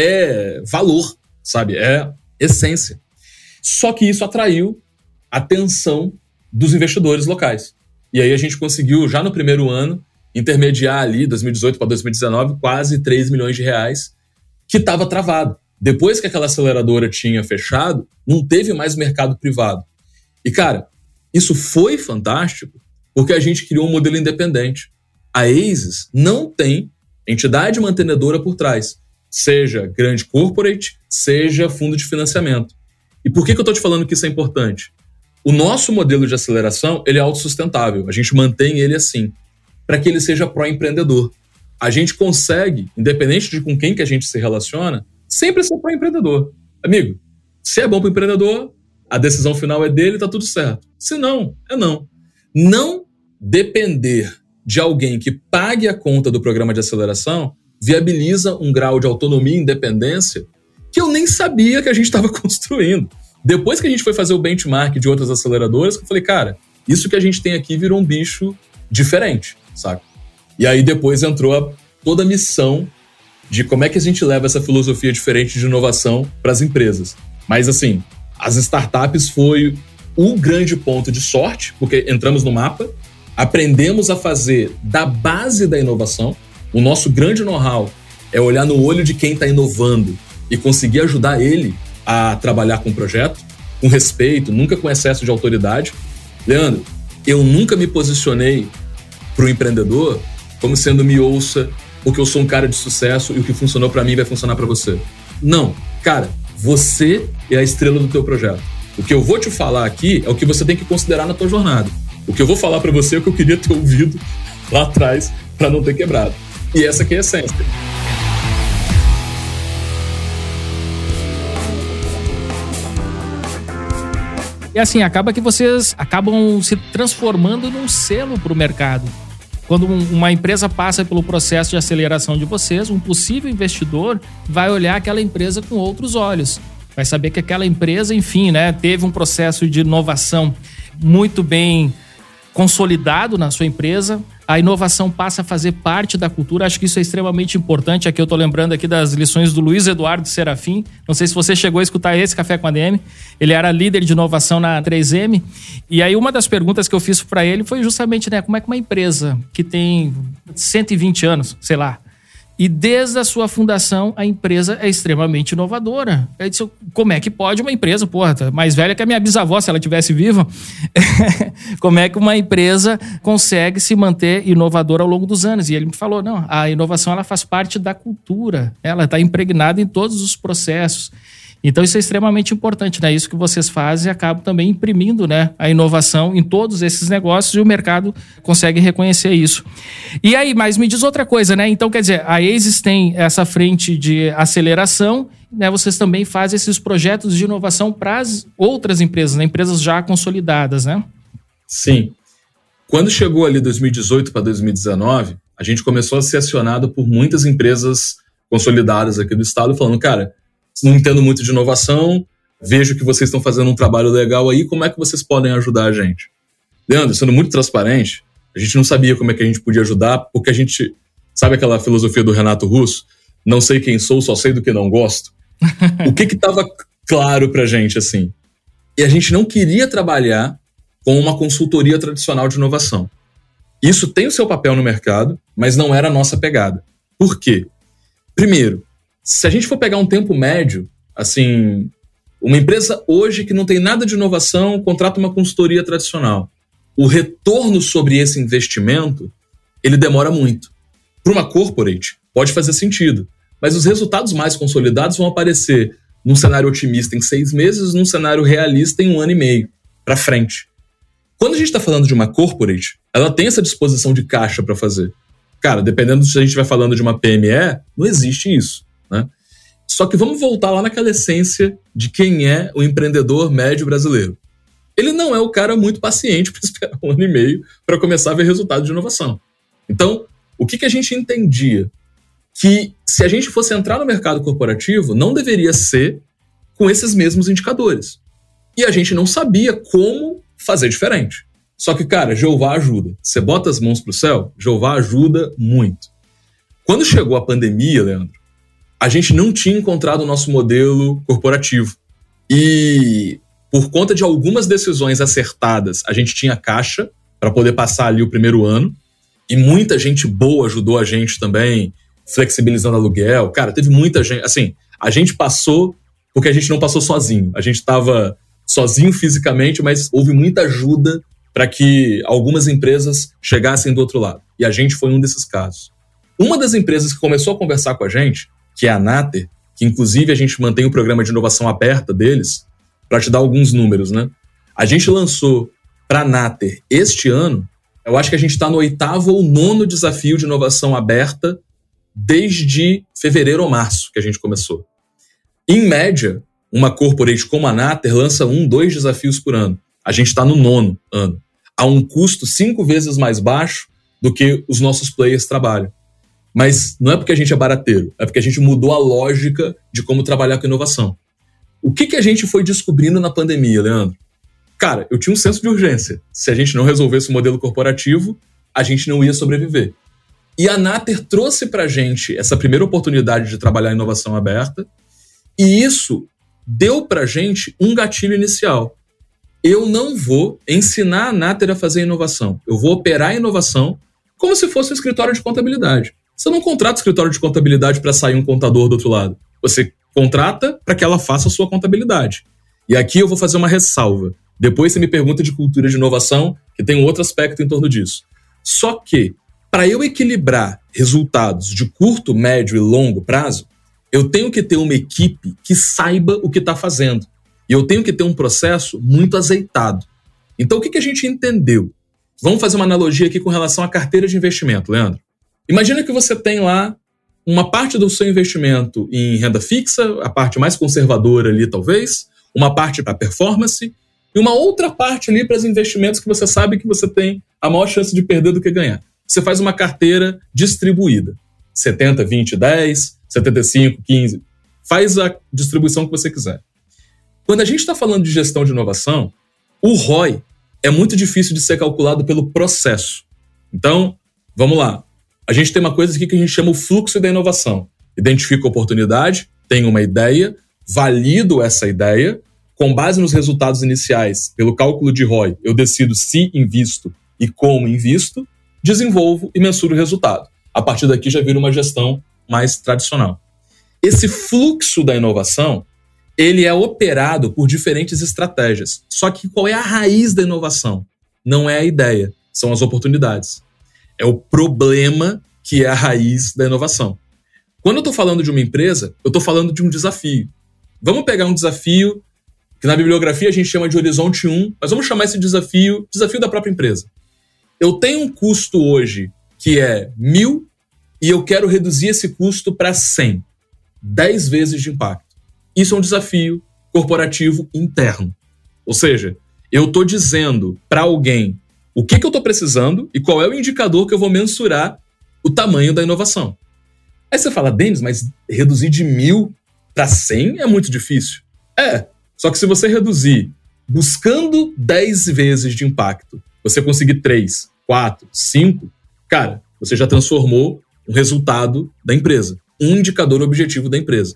é valor, sabe? É essência. Só que isso atraiu a atenção dos investidores locais. E aí a gente conseguiu, já no primeiro ano, intermediar ali, 2018 para 2019, quase 3 milhões de reais, que estava travado. Depois que aquela aceleradora tinha fechado, não teve mais mercado privado. E, cara, isso foi fantástico porque a gente criou um modelo independente. A Aces não tem entidade mantenedora por trás, seja grande corporate, seja fundo de financiamento. E por que eu estou te falando que isso é importante? O nosso modelo de aceleração ele é autossustentável. A gente mantém ele assim, para que ele seja pró-empreendedor. A gente consegue, independente de com quem que a gente se relaciona, sempre ser pró-empreendedor. Amigo, se é bom para o empreendedor, a decisão final é dele, tá tudo certo. Se não, é não. Não depender de alguém que pague a conta do programa de aceleração viabiliza um grau de autonomia e independência que eu nem sabia que a gente estava construindo. Depois que a gente foi fazer o benchmark de outras aceleradoras, eu falei, cara, isso que a gente tem aqui virou um bicho diferente, saca? E aí depois entrou toda a missão de como é que a gente leva essa filosofia diferente de inovação para as empresas. Mas assim, as startups foi o grande ponto de sorte, porque entramos no mapa, aprendemos a fazer da base da inovação. O nosso grande know-how é olhar no olho de quem está inovando e conseguir ajudar ele a trabalhar com o projeto, com respeito, nunca com excesso de autoridade. Leandro, eu nunca me posicionei para o empreendedor como sendo me ouça, porque eu sou um cara de sucesso e o que funcionou para mim vai funcionar para você. Não, cara, você é a estrela do teu projeto. O que eu vou te falar aqui é o que você tem que considerar na tua jornada. O que eu vou falar para você é o que eu queria ter ouvido lá atrás para não ter quebrado. E essa aqui é a essência. E assim, acaba que vocês acabam se transformando num selo para o mercado. Quando uma empresa passa pelo processo de aceleração de vocês, um possível investidor vai olhar aquela empresa com outros olhos. Vai saber que aquela empresa, enfim, né, teve um processo de inovação muito bem consolidado na sua empresa. A inovação passa a fazer parte da cultura. Acho que isso é extremamente importante. Aqui eu estou lembrando aqui das lições do Luiz Eduardo Serafim. Não sei se você chegou a escutar esse Café com ADM. Ele era líder de inovação na 3M. E aí uma das perguntas que eu fiz para ele foi justamente, né, como é que uma empresa que tem 120 anos, sei lá, e desde a sua fundação, a empresa é extremamente inovadora. Eu disse, como é que pode uma empresa, porra, mais velha que a minha bisavó, se ela estivesse viva, como é que uma empresa consegue se manter inovadora ao longo dos anos? E ele me falou, não, a inovação ela faz parte da cultura, ela está impregnada em todos os processos. Então isso é extremamente importante, né? Isso que vocês fazem acaba também imprimindo, né, a inovação em todos esses negócios e o mercado consegue reconhecer isso. E aí, mas me diz outra coisa, né? Então, quer dizer, a ASIS tem essa frente de aceleração, né? Vocês também fazem esses projetos de inovação para as outras empresas, né? Empresas já consolidadas, né? Sim. Quando chegou ali 2018 para 2019, a gente começou a ser acionado por muitas empresas consolidadas aqui do estado, falando, cara, não entendo muito de inovação, vejo que vocês estão fazendo um trabalho legal aí, como é que vocês podem ajudar a gente? Leandro, sendo muito transparente, a gente não sabia como é que a gente podia ajudar, porque a gente, sabe aquela filosofia do Renato Russo? Não sei quem sou, só sei do que não gosto. O que estava claro pra gente, assim? E a gente não queria trabalhar com uma consultoria tradicional de inovação. Isso tem o seu papel no mercado, mas não era a nossa pegada. Por quê? Primeiro, se a gente for pegar um tempo médio, assim, uma empresa hoje que não tem nada de inovação, contrata uma consultoria tradicional. O retorno sobre esse investimento, ele demora muito. Para uma corporate, pode fazer sentido, mas os resultados mais consolidados vão aparecer num cenário otimista em 6 meses, num cenário realista em 1 ano e meio, para frente. Quando a gente está falando de uma corporate, ela tem essa disposição de caixa para fazer. Cara, dependendo se a gente estiver falando de uma PME, não existe isso. Né? Só que vamos voltar lá naquela essência de quem é o empreendedor médio brasileiro. Ele não é o cara muito paciente para esperar 1 ano e meio para começar a ver resultado de inovação. Então, o que a gente entendia? Que se a gente fosse entrar no mercado corporativo, não deveria ser com esses mesmos indicadores. E a gente não sabia como fazer diferente. Só que, cara, Jeová ajuda. Você bota as mãos pro céu, Jeová ajuda muito. Quando chegou a pandemia, Leandro, a gente não tinha encontrado o nosso modelo corporativo. E por conta de algumas decisões acertadas, a gente tinha caixa para poder passar ali o primeiro ano. E muita gente boa ajudou a gente também, flexibilizando aluguel. Cara, teve muita gente... Assim, a gente passou porque a gente não passou sozinho. A gente estava sozinho fisicamente, mas houve muita ajuda para que algumas empresas chegassem do outro lado. E a gente foi um desses casos. Uma das empresas que começou a conversar com a gente, que é a Nater, que inclusive a gente mantém o programa de inovação aberta deles, para te dar alguns números, né? A gente lançou para a Nater este ano, eu acho que a gente está no 8º ou 9º desafio de inovação aberta desde fevereiro ou março que a gente começou. Em média, uma corporate como a Nater lança 2 desafios por ano. A gente está no 9º ano. A um custo 5 vezes mais baixo do que os nossos players trabalham. Mas não é porque a gente é barateiro, é porque a gente mudou a lógica de como trabalhar com inovação. O que a gente foi descobrindo na pandemia, Leandro? Cara, eu tinha um senso de urgência. Se a gente não resolvesse o modelo corporativo, a gente não ia sobreviver. E a Nater trouxe pra gente essa primeira oportunidade de trabalhar inovação aberta, e isso deu pra gente um gatilho inicial. Eu não vou ensinar a Nater a fazer inovação. Eu vou operar a inovação como se fosse um escritório de contabilidade. Você não contrata um escritório de contabilidade para sair um contador do outro lado. Você contrata para que ela faça a sua contabilidade. E aqui eu vou fazer uma ressalva. Depois você me pergunta de cultura de inovação, que tem um outro aspecto em torno disso. Só que, para eu equilibrar resultados de curto, médio e longo prazo, eu tenho que ter uma equipe que saiba o que está fazendo. E eu tenho que ter um processo muito azeitado. Então, o que a gente entendeu? Vamos fazer uma analogia aqui com relação à carteira de investimento, Leandro. Imagina que você tem lá uma parte do seu investimento em renda fixa, a parte mais conservadora ali talvez, uma parte para performance e uma outra parte ali para os investimentos que você sabe que você tem a maior chance de perder do que ganhar. Você faz uma carteira distribuída. 70, 20, 10, 75, 15. Faz a distribuição que você quiser. Quando a gente está falando de gestão de inovação, o ROI é muito difícil de ser calculado pelo processo. Então, vamos lá. A gente tem uma coisa aqui que a gente chama o fluxo da inovação. Identifico a oportunidade, tenho uma ideia, valido essa ideia, com base nos resultados iniciais, pelo cálculo de ROI, eu decido se invisto e como invisto, desenvolvo e mensuro o resultado. A partir daqui já vira uma gestão mais tradicional. Esse fluxo da inovação, ele é operado por diferentes estratégias. Só que qual é a raiz da inovação? Não é a ideia, são as oportunidades. É o problema que é a raiz da inovação. Quando eu estou falando de uma empresa, eu estou falando de um desafio. Vamos pegar um desafio que na bibliografia a gente chama de horizonte 1, mas vamos chamar esse desafio da própria empresa. Eu tenho um custo hoje que é 1.000 e eu quero reduzir esse custo para 100. 10 vezes de impacto. Isso é um desafio corporativo interno. Ou seja, eu estou dizendo para alguém o que eu estou precisando e qual é o indicador que eu vou mensurar o tamanho da inovação. Aí você fala, Denis, mas reduzir de 1.000 para 100 é muito difícil. Só que se você reduzir buscando 10 vezes de impacto, você conseguir 3, 4, 5, cara, você já transformou um resultado da empresa, um indicador objetivo da empresa.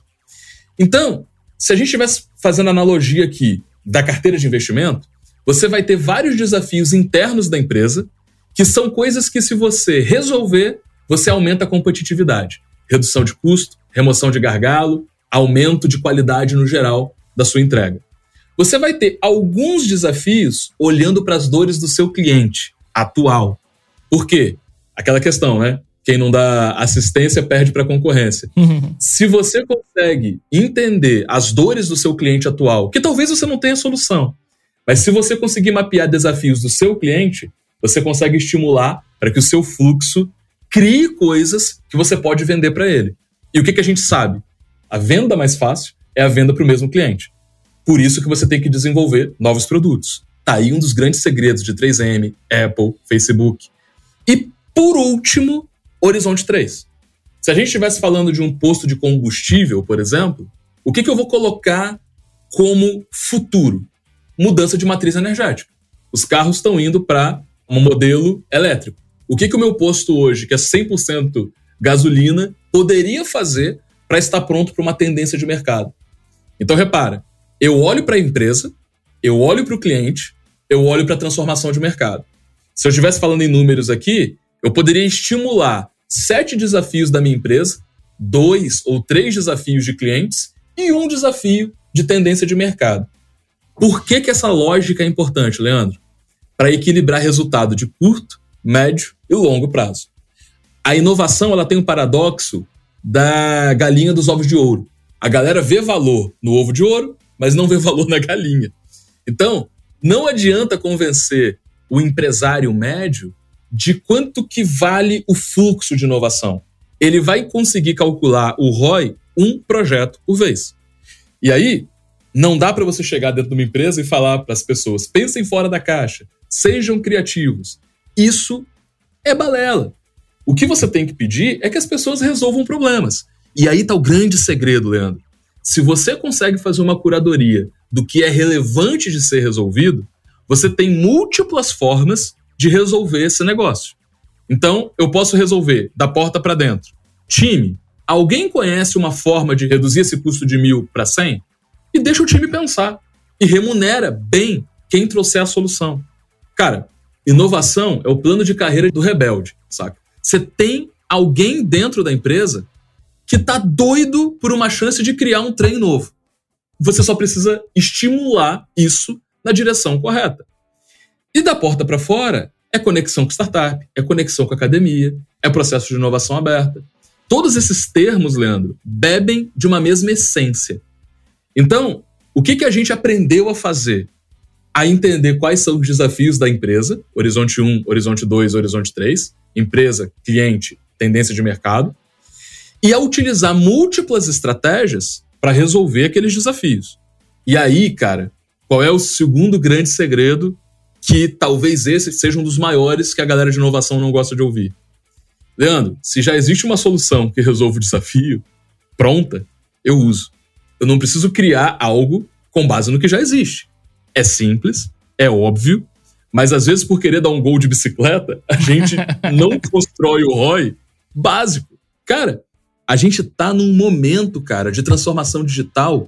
Então, se a gente estivesse fazendo analogia aqui da carteira de investimento, você vai ter vários desafios internos da empresa, que são coisas que, se você resolver, você aumenta a competitividade. Redução de custo, remoção de gargalo, aumento de qualidade no geral da sua entrega. Você vai ter alguns desafios olhando para as dores do seu cliente atual. Por quê? Aquela questão, né? Quem não dá assistência perde para a concorrência. Se você consegue entender as dores do seu cliente atual, que talvez você não tenha solução, mas se você conseguir mapear desafios do seu cliente, você consegue estimular para que o seu fluxo crie coisas que você pode vender para ele. E o que a gente sabe? A venda mais fácil é a venda para o mesmo cliente. Por isso que você tem que desenvolver novos produtos. Tá aí um dos grandes segredos de 3M, Apple, Facebook. E, por último, Horizonte 3. Se a gente estivesse falando de um posto de combustível, por exemplo, o que eu vou colocar como futuro? Mudança de matriz energética. Os carros estão indo para um modelo elétrico. O que o meu posto hoje, que é 100% gasolina, poderia fazer para estar pronto para uma tendência de mercado? Então, repara, eu olho para a empresa, eu olho para o cliente, eu olho para a transformação de mercado. Se eu estivesse falando em números aqui, eu poderia estimular 7 desafios da minha empresa, 2 ou 3 desafios de clientes e 1 desafio de tendência de mercado. Por que essa lógica é importante, Leandro? Para equilibrar resultado de curto, médio e longo prazo. A inovação ela tem um paradoxo da galinha dos ovos de ouro. A galera vê valor no ovo de ouro, mas não vê valor na galinha. Então, não adianta convencer o empresário médio de quanto que vale o fluxo de inovação. Ele vai conseguir calcular o ROI um projeto por vez. E aí, Não dá para você chegar dentro de uma empresa e falar para as pessoas, pensem fora da caixa, sejam criativos. Isso é balela. O que você tem que pedir é que as pessoas resolvam problemas. E aí está o grande segredo, Leandro. Se você consegue fazer uma curadoria do que é relevante de ser resolvido, você tem múltiplas formas de resolver esse negócio. Então, eu posso resolver da porta para dentro. Time, alguém conhece uma forma de reduzir esse custo de 1.000 para 100? E deixa o time pensar. E remunera bem quem trouxer a solução. Cara, inovação é o plano de carreira do rebelde, saca? Você tem alguém dentro da empresa que tá doido por uma chance de criar um trem novo. Você só precisa estimular isso na direção correta. E da porta para fora é conexão com startup, é conexão com academia, é processo de inovação aberta. Todos esses termos, Leandro, bebem de uma mesma essência. Então, o que a gente aprendeu a fazer? A entender quais são os desafios da empresa, Horizonte 1, Horizonte 2, Horizonte 3, empresa, cliente, tendência de mercado, e a utilizar múltiplas estratégias para resolver aqueles desafios. E aí, cara, qual é o segundo grande segredo que talvez esse seja um dos maiores que a galera de inovação não gosta de ouvir? Leandro, se já existe uma solução que resolve o desafio, pronta, eu uso. Eu não preciso criar algo com base no que já existe. É simples, é óbvio, mas às vezes por querer dar um gol de bicicleta, a gente não constrói o ROI básico. Cara, a gente tá num momento, cara, de transformação digital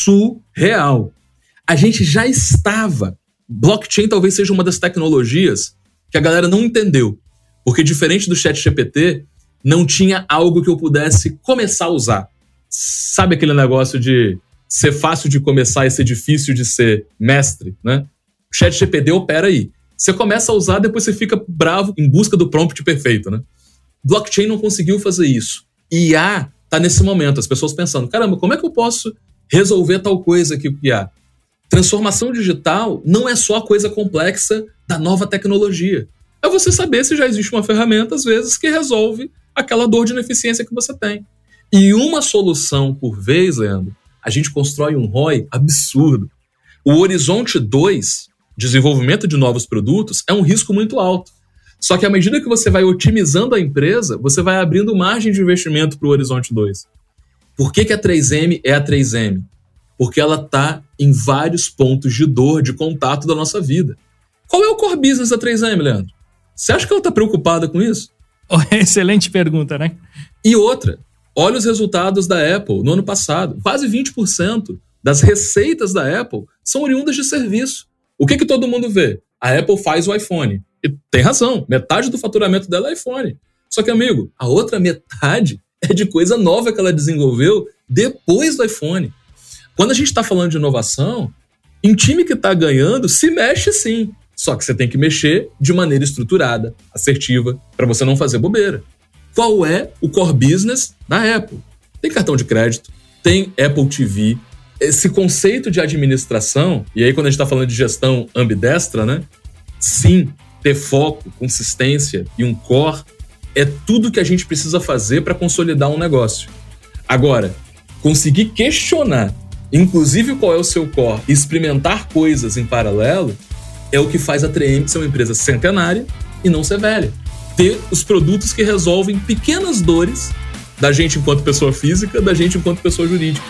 surreal. A gente já estava. Blockchain talvez seja uma das tecnologias que a galera não entendeu. Porque diferente do ChatGPT, não tinha algo que eu pudesse começar a usar. Sabe aquele negócio de ser fácil de começar e ser difícil de ser mestre, né? O ChatGPT opera aí. Você começa a usar, depois você fica bravo em busca do prompt perfeito, né? Blockchain não conseguiu fazer isso. IA tá nesse momento, as pessoas pensando, caramba, como é que eu posso resolver tal coisa aqui com IA? Transformação digital não é só a coisa complexa da nova tecnologia. É você saber se já existe uma ferramenta, às vezes, que resolve aquela dor de ineficiência que você tem. E uma solução por vez, Leandro, a gente constrói um ROI absurdo. O Horizonte 2, desenvolvimento de novos produtos, é um risco muito alto. Só que à medida que você vai otimizando a empresa, você vai abrindo margem de investimento para o Horizonte 2. Por que a 3M é a 3M? Porque ela está em vários pontos de dor, de contato da nossa vida. Qual é o core business da 3M, Leandro? Você acha que ela está preocupada com isso? Excelente pergunta, né? E outra, olha os resultados da Apple no ano passado. Quase 20% das receitas da Apple são oriundas de serviço. O que todo mundo vê? A Apple faz o iPhone. E tem razão, metade do faturamento dela é iPhone. Só que, amigo, a outra metade é de coisa nova que ela desenvolveu depois do iPhone. Quando a gente está falando de inovação, em time que está ganhando, se mexe sim. Só que você tem que mexer de maneira estruturada, assertiva, para você não fazer bobeira. Qual é o core business da Apple? Tem cartão de crédito, tem Apple TV. Esse conceito de administração, e aí quando a gente está falando de gestão ambidestra, né? Sim, ter foco, consistência e um core é tudo que a gente precisa fazer para consolidar um negócio. Agora, conseguir questionar, inclusive qual é o seu core, e experimentar coisas em paralelo, é o que faz a 3M ser uma empresa centenária e não ser velha. Ter os produtos que resolvem pequenas dores da gente enquanto pessoa física, da gente enquanto pessoa jurídica.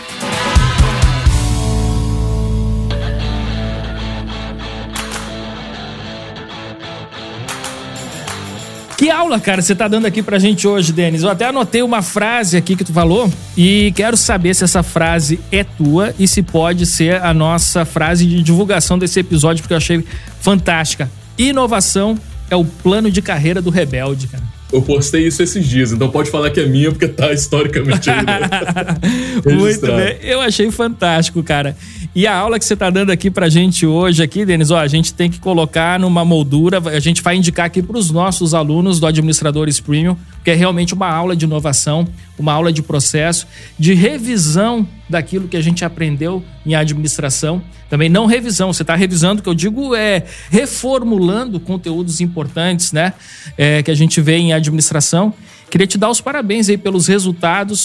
Que aula, cara, você tá dando aqui pra gente hoje, Denis. Eu até anotei uma frase aqui que tu falou e quero saber se essa frase é tua e se pode ser a nossa frase de divulgação desse episódio, porque eu achei fantástica. Inovação é o plano de carreira do rebelde, cara. Eu postei isso esses dias, então pode falar que é minha, porque tá historicamente aí, né? Muito bem, eu achei fantástico, cara. E a aula que você tá dando aqui pra gente hoje aqui, Denis, ó, a gente tem que colocar numa moldura, a gente vai indicar aqui pros nossos alunos do Administradores Premium, que é realmente uma aula de inovação, uma aula de processo, de revisão daquilo que a gente aprendeu em administração. Também não revisão, você está revisando, o que eu digo é reformulando conteúdos importantes, né? Que a gente vê em administração. Queria te dar os parabéns aí pelos resultados.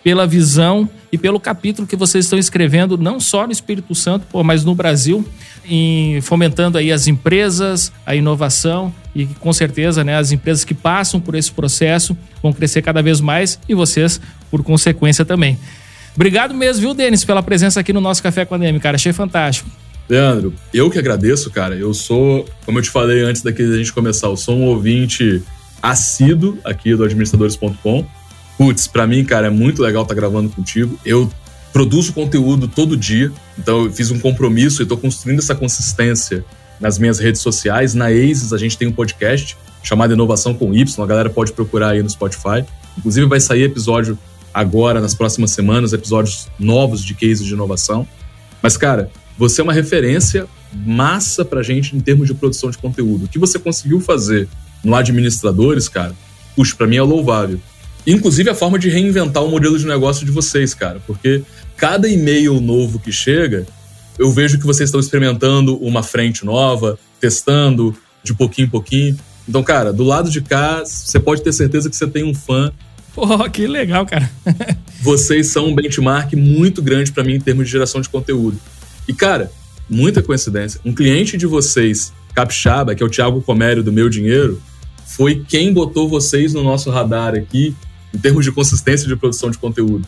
pela visão e pelo capítulo que vocês estão escrevendo, não só no Espírito Santo, mas no Brasil, fomentando aí as empresas, a inovação e com certeza, né, as empresas que passam por esse processo vão crescer cada vez mais e vocês, por consequência, também. Obrigado mesmo, viu, Denis, pela presença aqui no nosso Café com a ADM, cara. Achei fantástico. Leandro, eu que agradeço, cara. Eu sou, como eu te falei antes daqui da gente começar, eu sou um ouvinte assíduo aqui do administradores.com. Putz, pra mim, cara, é muito legal estar gravando contigo. Eu produzo conteúdo todo dia, então eu fiz um compromisso e tô construindo essa consistência nas minhas redes sociais. Na ACES a gente tem um podcast chamado Inovação com Y, a galera pode procurar aí no Spotify. Inclusive vai sair episódio agora, nas próximas semanas, episódios novos de cases de inovação. Mas, cara, você é uma referência massa pra gente em termos de produção de conteúdo. O que você conseguiu fazer no Administradores, cara, puxa, pra mim é louvável. Inclusive a forma de reinventar o modelo de negócio de vocês, cara, porque cada e-mail novo que chega, eu vejo que vocês estão experimentando uma frente nova, testando de pouquinho em pouquinho. Então, cara, do lado de cá, você pode ter certeza que você tem um fã. Pô, que legal, cara. Vocês são um benchmark muito grande pra mim em termos de geração de conteúdo. E, cara, muita coincidência, um cliente de vocês, capixaba, que é o Thiago Comério do Meu Dinheiro, foi quem botou vocês no nosso radar aqui em termos de consistência de produção de conteúdo.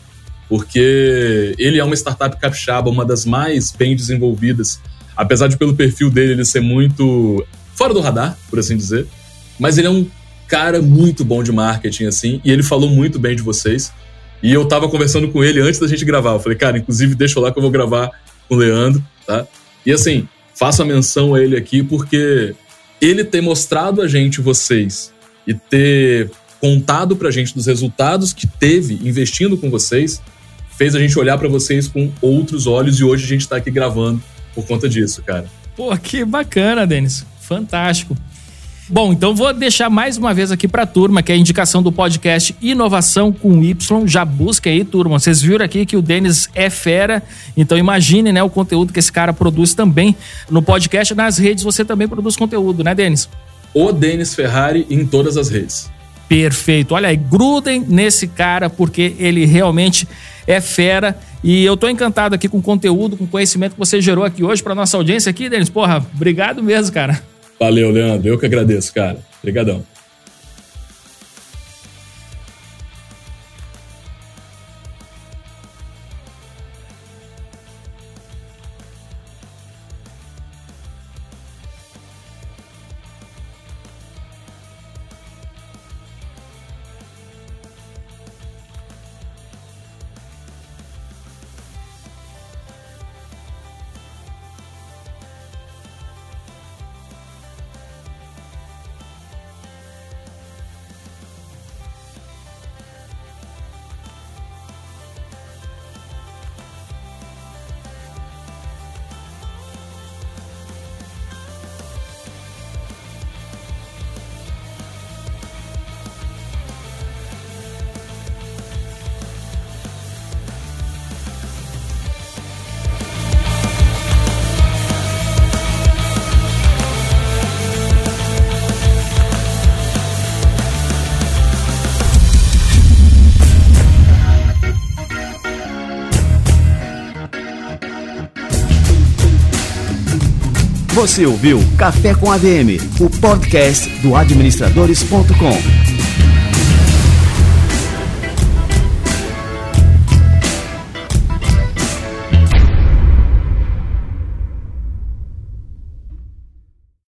Porque ele é uma startup capixaba, uma das mais bem desenvolvidas, apesar de pelo perfil dele ele ser muito fora do radar, por assim dizer, mas ele é um cara muito bom de marketing, assim, e ele falou muito bem de vocês. E eu tava conversando com ele antes da gente gravar, eu falei, cara, inclusive deixa eu lá que eu vou gravar com o Leandro, tá? E assim, faço a menção a ele aqui porque ele ter mostrado a gente vocês e ter contado pra gente dos resultados que teve investindo com vocês, fez a gente olhar pra vocês com outros olhos e hoje a gente tá aqui gravando por conta disso, cara. Pô, que bacana, Denis. Fantástico. Bom, então vou deixar mais uma vez aqui pra turma, que é a indicação do podcast Inovação com Y. Já busca aí, turma. Vocês viram aqui que o Denis é fera, então imagine, né, o conteúdo que esse cara produz também no podcast. Nas redes você também produz conteúdo, né, Denis? O Denis Ferrari em todas as redes. Perfeito. Olha aí, grudem nesse cara, porque ele realmente é fera. E eu tô encantado aqui com o conteúdo, com o conhecimento que você gerou aqui hoje pra nossa audiência aqui, Denis. Porra, obrigado mesmo, cara. Valeu, Leandro. Eu que agradeço, cara. Obrigadão. Você ouviu Café com ADM, o podcast do administradores.com.